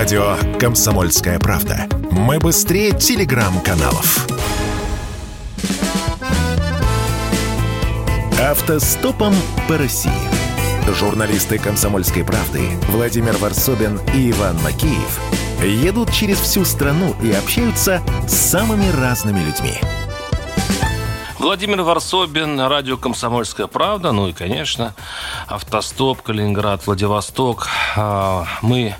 Радио «Комсомольская правда». Мы быстрее телеграм-каналов. Автостопом по России. Журналисты «Комсомольской правды» Владимир Варсобин и Иван Макеев едут через всю страну и общаются с самыми разными людьми. Владимир Варсобин, радио «Комсомольская правда». Ну и, конечно, автостоп Калининград, Владивосток. Мы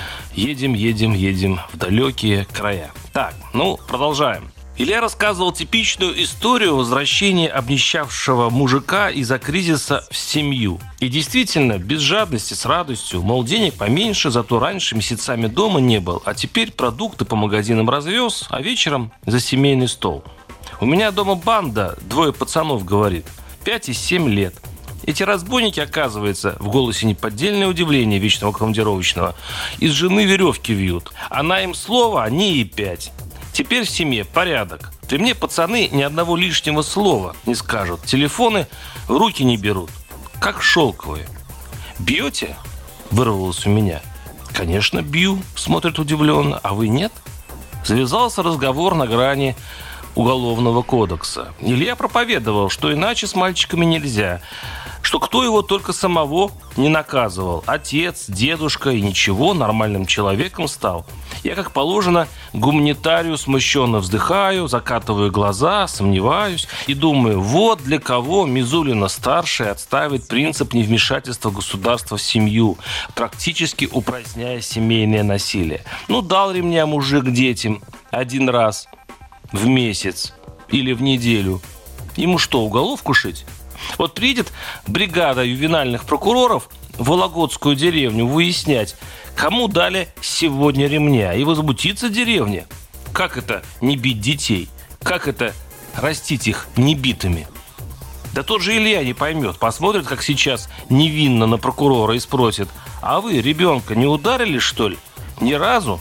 едем в далекие края. Так, продолжаем. Илья рассказывал типичную историю возвращения обнищавшего мужика из-за кризиса в семью. И действительно, без жадности, с радостью, мол, денег поменьше, зато раньше месяцами дома не был, а теперь продукты по магазинам развез, а вечером за семейный стол. У меня дома банда, 2 пацанов, говорит, 5 и 7 лет. Эти разбойники, оказывается, в голосе неподдельное удивление вечного командировочного, из жены веревки вьют. Она им слово, они ей 5. Теперь в семье порядок. При мне пацаны ни одного лишнего слова не скажут. Телефоны в руки не берут. Как шелковые. «Бьете?» – вырвалось у меня. «Конечно, бью», – смотрит удивленно. «А вы нет?» Завязался разговор на грани Уголовного кодекса. Илья проповедовал, что иначе с мальчиками нельзя. Что кто его только самого не наказывал. Отец, дедушка, и ничего, нормальным человеком стал. Я, как положено, гуманитарию смущенно вздыхаю, закатываю глаза, сомневаюсь и думаю, вот для кого Мизулина-старший отставит принцип невмешательства государства в семью, практически упраздняя семейное насилие. Дал ремня мужик детям 1 раз в месяц или в неделю. Ему что, уголовку шить? Вот приедет бригада ювенальных прокуроров в Вологодскую деревню выяснять, кому дали сегодня ремня, и возмутится деревня. Как это не бить детей? Как это растить их небитыми? Да тот же Илья не поймет. Посмотрит, как сейчас невинно на прокурора и спросит, а вы ребенка не ударили, что ли? Ни разу?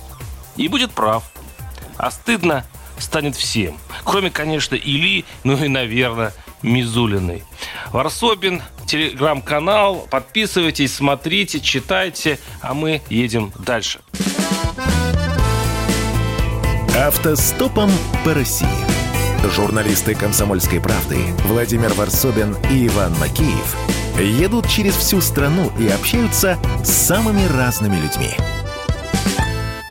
И будет прав. А стыдно станет всем. Кроме, конечно, Ильи, и, наверное, Мизулиной. Варсобин, телеграм-канал. Подписывайтесь, смотрите, читайте, а мы едем дальше. Автостопом по России. Журналисты «Комсомольской правды» Владимир Варсобин и Иван Макеев едут через всю страну и общаются с самыми разными людьми.